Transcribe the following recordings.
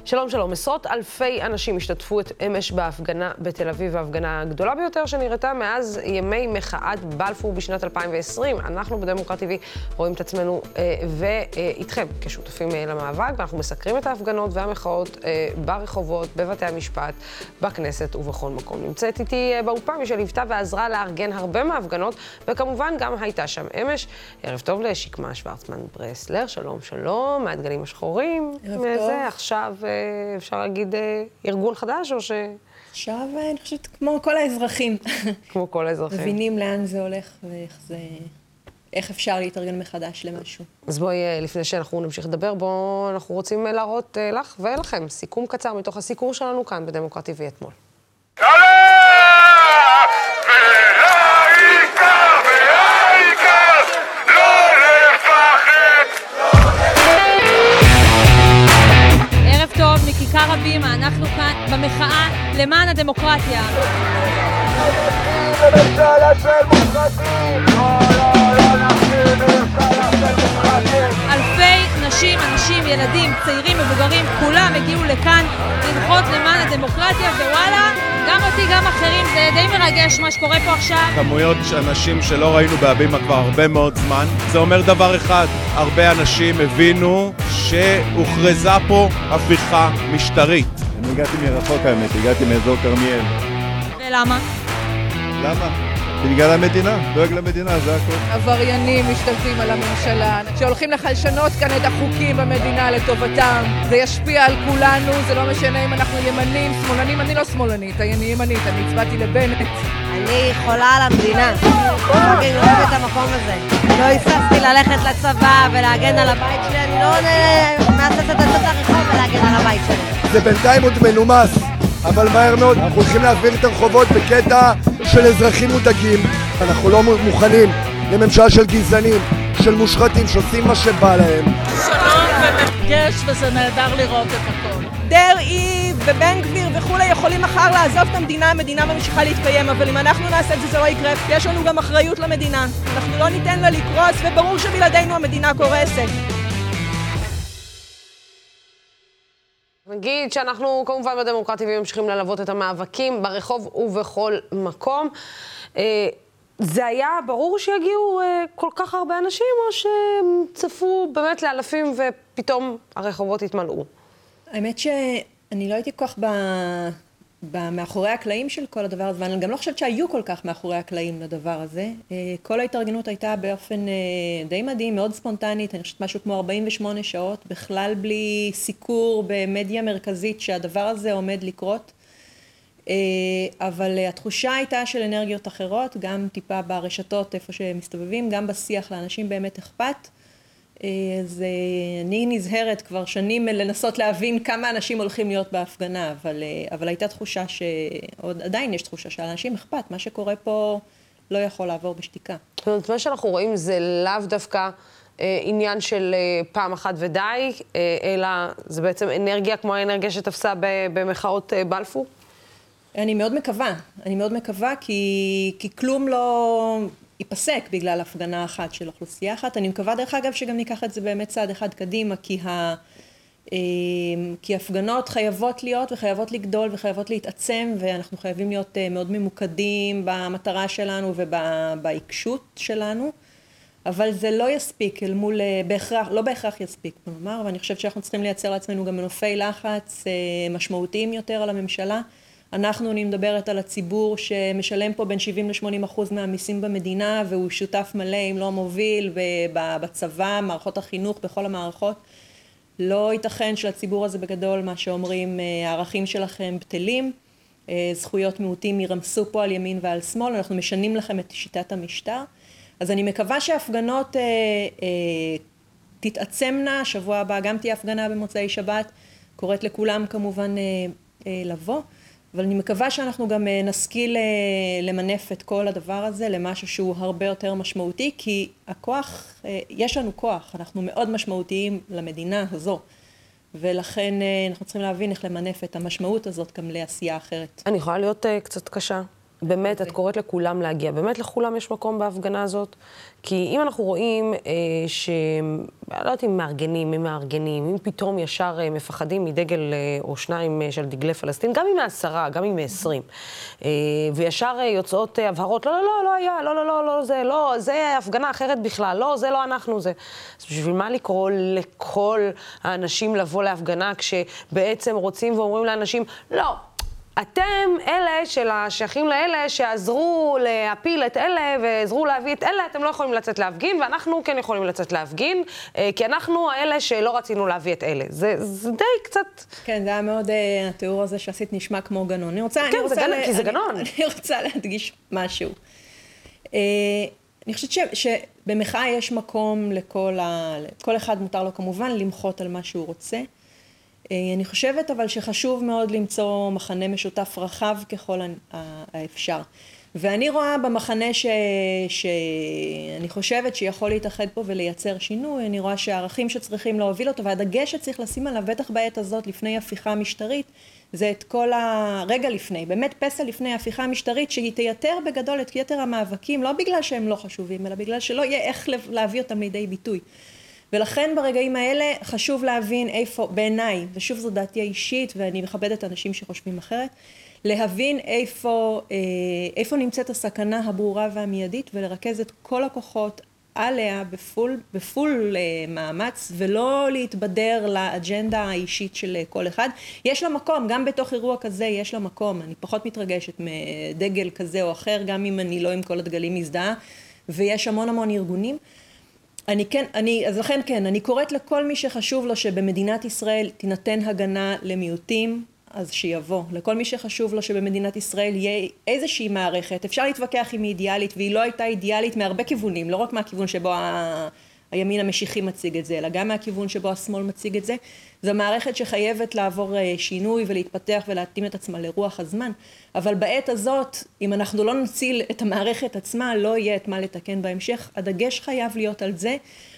שלום שלום, עשרות אלפי אנשים השתתפו אמש בהפגנה בתל אביב, ההפגנה הגדולה ביותר שנראתה מאז ימי מחאת בלפור בשנת 2020. אנחנו בדמוקרט TV רואים את עצמנו ואיתכם כשותפים למאבק, ואנחנו מסקרים את ההפגנות והמחאות ברחובות, בבתי המשפט, בכנסת ובכל מקום. נמצאת איתי באולפן מי שליוותה ועזרה לארגן הרבה מההפגנות, וכמובן גם הייתה שם אמש. ערב טוב לשקמה שוורצמן ברסלר, שלום שלום, מהדגלים השחורים. ערב טוב. עכשיו אפשר להגיד ארגון חדש או ש... עכשיו אני חושבת כמו כל האזרחים. כמו כל האזרחים. מבינים לאן זה הולך ואיך אפשר להתארגן מחדש למשהו. אז בואי, לפני שאנחנו נמשיך לדבר, אנחנו רוצים להראות לך ולכם סיכום קצר מתוך הסיקור שלנו כאן בדמוקרט TV אתמול. מכיכר הבימה, אנחנו כאן במחאה למען הדמוקרטיה. אלפי נשים, אנשים, ילדים, צעירים, מבוגרים, כולם הגיעו לכאן למחות למען הדמוקרטיה, ווואלה, גם אותי, גם אחרים, זה די מרגש מה שקורה פה עכשיו. כמויות אנשים שלא ראינו בהבימה כבר הרבה מאוד זמן. זה אומר דבר אחד, הרבה אנשים הבינו שהוכרזה פה הפיכה משטרית. אני הגעתי מרחוק האמת, הגעתי מאזור כרמיאל. ולמה? למה? בגלל המדינה, דואג למדינה, זה הכל. עבריינים משתלטים על הממשלה, שהולכים לשנות כאן את החוקים במדינה לטובתם. זה ישפיע על כולנו, זה לא משנה אם אנחנו ימנים, שמאלנים, אני לא שמאלנית, אני ימנית, אני הצבעתי לבנט. אני חולה על המדינה, אני לא אוהבת את המקום הזה. לא היססתי ללכת לצבא ולהגן על הבית שלי, אני לא מהססת לצאת לרחוב ולהגן על הבית שלי. זה בינתיים עוד מנומס, אבל מהר מאוד אנחנו הולכים להעביר את הרחובות בקטע של אזרחים מודאגים. אנחנו לא מוכנים לממשלה של גזענים, של מושחתים שעושים מה שבא להם. שלום ומרגש וזה נהדר לראות את הכל. דרעי ובן גביר וכולי יכולים מחר לעזוב את המדינה, המדינה ממשיכה להתקיים, אבל אם אנחנו נעשה את זה, זה לא יקרה. יש לנו גם אחריות למדינה. אנחנו לא ניתן לה לקרוס, וברור שבלעדינו המדינה קורסת. נגיד שאנחנו כמובן בדמוקרט TV ממשיכים ללוות את המאבקים ברחוב ובכל מקום. זה היה ברור שיגיעו כל כך הרבה אנשים, או שצפו באמת לאלפים ופתאום הרחובות התמלאו? האמת שאני לא הייתי כל כך מאחורי הקלעים של כל הדבר הזה, ואני גם לא חושבת שהיו כל כך מאחורי הקלעים לדבר הזה. כל ההתארגנות הייתה באופן די מדהים, מאוד ספונטנית, אני חושבת משהו כמו 48 שעות, בכלל בלי סיקור במדיה מרכזית שהדבר הזה עומד לקרות. אבל התחושה הייתה של אנרגיות אחרות, גם טיפה ברשתות איפה שמסתובבים, גם בשיח לאנשים באמת אכפת. אז אני נזהרת כבר שנים לנסות להבין כמה אנשים הולכים להיות בהפגנה, אבל הייתה תחושה עדיין יש תחושה שאנשים אכפת, מה שקורה פה לא יכול לעבור בשתיקה. זאת אומרת, מה שאנחנו רואים זה לאו דווקא עניין של פעם אחת ודי, אלא זה בעצם אנרגיה כמו האנרגיה שתפסה במחאות בלפור? אני מאוד מקווה כי כלום לא ייפסק בגלל הפגנה אחת של אוכלוסייה אחת. אני מקווה דרך אגב שגם ניקח את זה באמת צעד אחד קדימה, כי הפגנות חייבות להיות וחייבות לגדול וחייבות להתעצם, ואנחנו חייבים להיות מאוד ממוקדים במטרה שלנו ובעיקשות שלנו, אבל זה לא יספיק אל מול, לא בהכרח יספיק, כלומר, ואני חושבת שאנחנו צריכים לייצר לעצמנו גם מנופי לחץ משמעותיים יותר על הממשלה. אני מדברת על הציבור שמשלם פה בין 70-80% מהמיסים במדינה, והוא שותף מלא אם לא מוביל בצבא, מערכות החינוך, בכל המערכות. לא ייתכן שלציבור הזה בגדול מה שאומרים, הערכים שלכם בטלים, זכויות מיעוטים ירמסו פה על ימין ועל שמאל, אנחנו משנים לכם את שיטת המשטר. אז אני מקווה שההפגנות תתעצמנה, שבוע הבא גם תהיה הפגנה במוצאי שבת, קוראת לכולם כמובן לבוא. אבל אני מקווה שאנחנו גם נשכיל למנף את כל הדבר הזה למשהו שהוא הרבה יותר משמעותי, כי יש לנו כוח, אנחנו מאוד משמעותיים למדינה הזו, ולכן אנחנו צריכים להבין איך למנף את המשמעות הזאת גם לעשייה אחרת. אני יכולה להיות קצת קשה. באמת, את קוראת לכולם להגיע. באמת לכולם יש מקום בהפגנה הזאת? כי אם אנחנו רואים לא יודעת אם מארגנים, אם פתאום ישר מפחדים מדגל או שניים של דגלי פלסטין, גם עם 10, גם עם 20, וישר יוצאות הבהרות, לא היה, לא, זה הפגנה אחרת בכלל, לא, זה לא אנחנו, זה. אז בשביל מה לקרוא לכל האנשים לבוא להפגנה כשבעצם רוצים ואומרים לאנשים, לא, אתם אלה של השייכים לאלה שעזרו להפיל את אלה ועזרו להביא את אלה, אתם לא יכולים לצאת להפגין, ואנחנו כן יכולים לצאת להפגין, כי אנחנו האלה שלא רצינו להביא את אלה. זה די קצת... כן, זה היה מאוד, התיאור הזה שעשית נשמע כמו גנון. כי זה גנון. אני רוצה להדגיש משהו. אני חושבת שבמחאה יש מקום לכל אחד מותר לו כמובן למחות על מה שהוא רוצה. אני חושבת אבל שחשוב מאוד למצוא מחנה משותף רחב ככל האפשר. ואני רואה במחנה שאני חושבת שיכול להתאחד פה ולייצר שינוי, אני רואה שהערכים שצריכים להוביל אותו, והדגש שצריך לשים עליו, בטח בעת הזאת לפני הפיכה משטרית, זה את כל הרגע לפני, באמת פסע לפני ההפיכה המשטרית, שהיא תייתר בגדול את יתר המאבקים, לא בגלל שהם לא חשובים, אלא בגלל שלא יהיה איך להביא אותם לידי ביטוי. ולכן ברגעים האלה חשוב להבין איפה, בעיניי, ושוב זו דעתי האישית, ואני מכבדת אנשים שחושבים אחרת, להבין איפה נמצאת הסכנה הברורה והמיידית, ולרכז את כל הכוחות עליה בפול מאמץ, ולא להתבדר לאג'נדה האישית של כל אחד. יש לה מקום, גם בתוך אירוע כזה יש לה מקום, אני פחות מתרגשת מדגל כזה או אחר, גם אם אני לא עם כל הדגלים מזדהה, ויש המון ארגונים. אז לכן כן, אני קוראת לכל מי שחשוב לו שבמדינת ישראל תינתן הגנה למיעוטים, אז שיבוא. לכל מי שחשוב לו שבמדינת ישראל יהיה איזושהי מערכת, אפשר להתווכח אם היא אידיאלית, והיא לא הייתה אידיאלית מהרבה כיוונים, לא רק מהכיוון שבו הימין המשיחי מציג את זה, אלא גם מהכיוון שבו השמאל מציג את זה. זו מערכת שחייבת לעבור שינוי ולהתפתח ולהתאים את עצמה לרוח הזמן. אבל בעת הזאת, אם אנחנו לא נציל את המערכת עצמה, לא יהיה את מה לתקן בהמשך. הדגש חייב להיות על זה.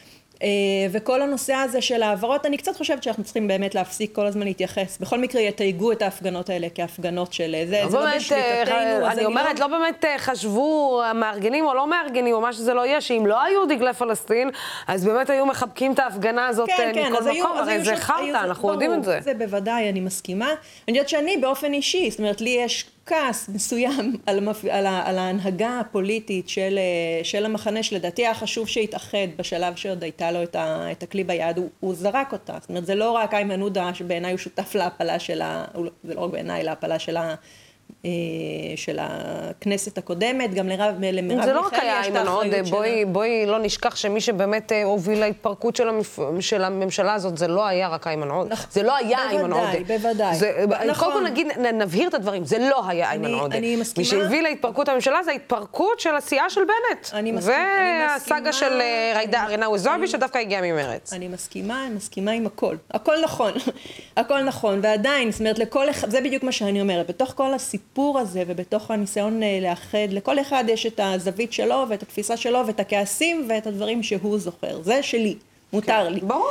וכל הנושא הזה של העברות, אני קצת חושבת שאנחנו צריכים באמת להפסיק כל הזמן להתייחס. בכל מקרה יתייגו את ההפגנות האלה כהפגנות של זה לא בשליטתנו. אני אומרת, לא באמת חשבו מארגנים או לא מארגנים או מה שזה לא יהיה, שאם לא היו דגלי פלסטין, אז באמת היו מחבקים את ההפגנה הזאת מכל מקום, הרי זה חרטה, אנחנו יודעים את זה. זה בוודאי, אני מסכימה. אני יודעת שאני באופן אישי, זאת אומרת, לי יש כעס מסוים על ההנהגה הפוליטית של המחנה, שלדעתי היה חשוב שהתאחד בשלב שעוד הייתה לו את הכלי ביד, הוא זרק אותה. זאת אומרת, זה לא רק איימן עודה שבעיניי הוא שותף להפלה זה לא רק בעיניי, להפלה של הכנסת הקודמת, גם למירב מיכאלי זה לא רק היה איימן עודה, בואי לא נשכח שמי שבאמת הוביל להתפרקות של הממשלה הזאת, זה לא היה רק איימן עודה. זה לא היה איימן עודה. בוודאי. קודם כל נבהיר את הדברים, זה לא היה איימן עודה. מי שהביא להתפרקות הממשלה זה ההתפרקות של הסיעה של בנט. והסאגה של רינאוי זועבי שדווקא הגיעה ממרץ. אני מסכימה עם הכל. הכל נכון. הכל נכון. ועדיין, זאת אומרת, זה בדיוק מה שאני אומרת. בתוך כל הסיפור הזה ובתוך הניסיון לאחד, לכל אחד יש את הזווית שלו ואת התפיסה שלו ואת הכעסים ואת הדברים שהוא זוכר. זה שלי, מותר לי. ברור.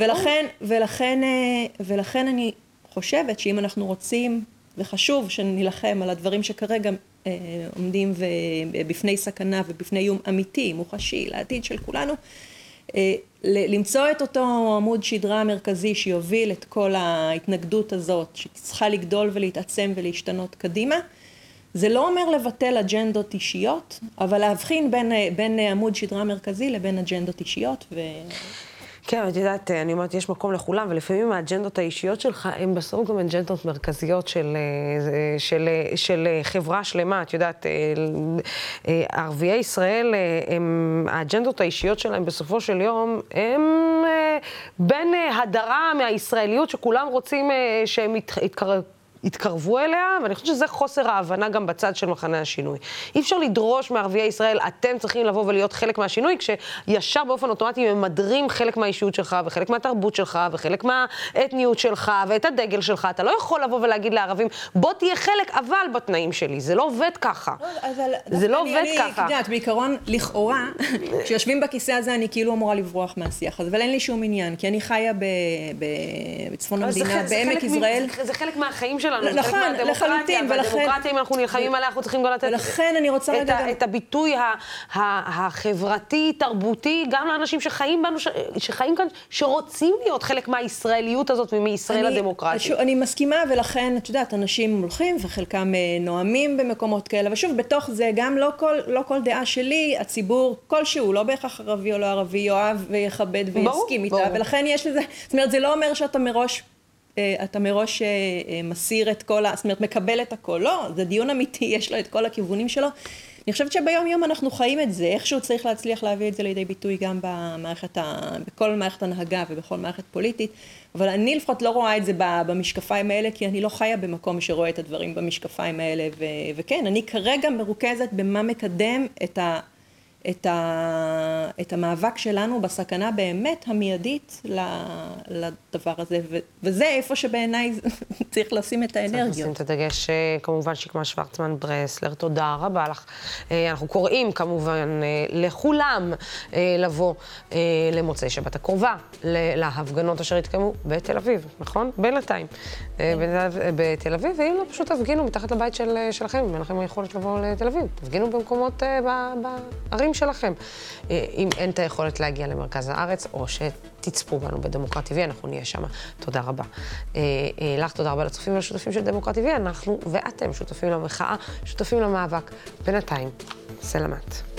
ולכן אני חושבת שאם אנחנו רוצים, וחשוב שנלחם על הדברים שכרגע עומדים בפני סכנה ובפני איום אמיתי, מוחשי, לעתיד של כולנו, למצוא את אותו עמוד שדרה המרכזי שיוביל את כל ההתנגדות הזאת, שצריכה לגדול ולהתעצם ולהשתנות קדימה. זה לא אומר לבטל אג'נדות אישיות, אבל להבחין בין עמוד שדרה מרכזי לבין אג'נדות אישיות. כן, את יודעת, אני אומרת, יש מקום לכולם, ולפעמים האג'נדות האישיות שלך, הן בסוף גם אג'נדות מרכזיות של חברה שלמה. את יודעת, ערביי ישראל, האג'נדות האישיות שלהם בסופו של יום, הם בין הדרה מהישראליות שכולם רוצים שהם התקרבו אליה, ואני חושבת שזה חוסר ההבנה גם בצד של מחנה השינוי. אי אפשר לדרוש מערביי ישראל, אתם צריכים לבוא ולהיות חלק מהשינוי, כשישר באופן אוטומטי הם מדרים חלק מהאישיות שלך, וחלק מהתרבות שלך, וחלק מהאתניות שלך, ואת הדגל שלך. אתה לא יכול לבוא ולהגיד לערבים, בוא תהיה חלק, אבל בתנאים שלי. זה לא עובד ככה. זה לא עובד ככה. אני יודעת, בעיקרון, לכאורה, כשיושבים בכיסא הזה, אני כאילו אמורה לברוח מהשיח הזה, אבל אין לי שום עניין, כי אני חיה בצפון המדינה, בעמק יזרעאל. זה חלק מהחיים של שלנו, זה נכון, חלק מהדמוקרטיה, לחלוטין, והדמוקרטיה, אם אנחנו נלחמים עליה, אנחנו צריכים גם לתת ולכן אני רוצה רגע גם... את הביטוי החברתי, תרבותי, גם לאנשים שחיים כאן, שרוצים להיות חלק מהישראליות הזאת ומישראל הדמוקרטית. אני מסכימה, ולכן, את יודעת, אנשים הולכים וחלקם נואמים במקומות כאלה, ושוב, בתוך זה גם לא כל דעה שלי, הציבור כלשהו, לא בהכרח ערבי או לא ערבי, יאהב ויכבד ויסכים איתה, ולכן יש לזה, זאת אומרת, זה לא אומר שאתה מראש מסיר את כל, זאת אומרת, מקבל את הכל, לא, זה דיון אמיתי, יש לו את כל הכיוונים שלו. אני חושבת שביום יום אנחנו חיים את זה, איכשהו צריך להצליח להביא את זה לידי ביטוי גם בכל מערכת הנהגה ובכל מערכת פוליטית, אבל אני לפחות לא רואה את זה במשקפיים האלה, כי אני לא חיה במקום שרואה את הדברים במשקפיים האלה, וכן, אני כרגע מרוכזת במה מקדם את המאבק שלנו בסכנה באמת המיידית לדבר הזה, וזה איפה שבעיניי צריך לשים את האנרגיות. צריך לשים את הדגש, כמובן, שקמה שוורצמן ברסלר, תודה רבה לך. אנחנו קוראים כמובן לכולם לבוא למוצאי שבת הקרובה, להפגנות אשר התקיימו בתל אביב, נכון? בינתיים. בתל אביב, ואם לא, פשוט תפגינו מתחת לבית שלכם, אם אין לכם היכולת לבוא לתל אביב, תפגינו במקומות בערים שלכם. אם אין את היכולת להגיע למרכז הארץ, או שתצפו בנו בדמוקרט TV, אנחנו נהיה שם. תודה רבה. לך תודה רבה לצופים ולשותפים של דמוקרט TV, אנחנו ואתם שותפים למחאה, שותפים למאבק. בינתיים, סלמת.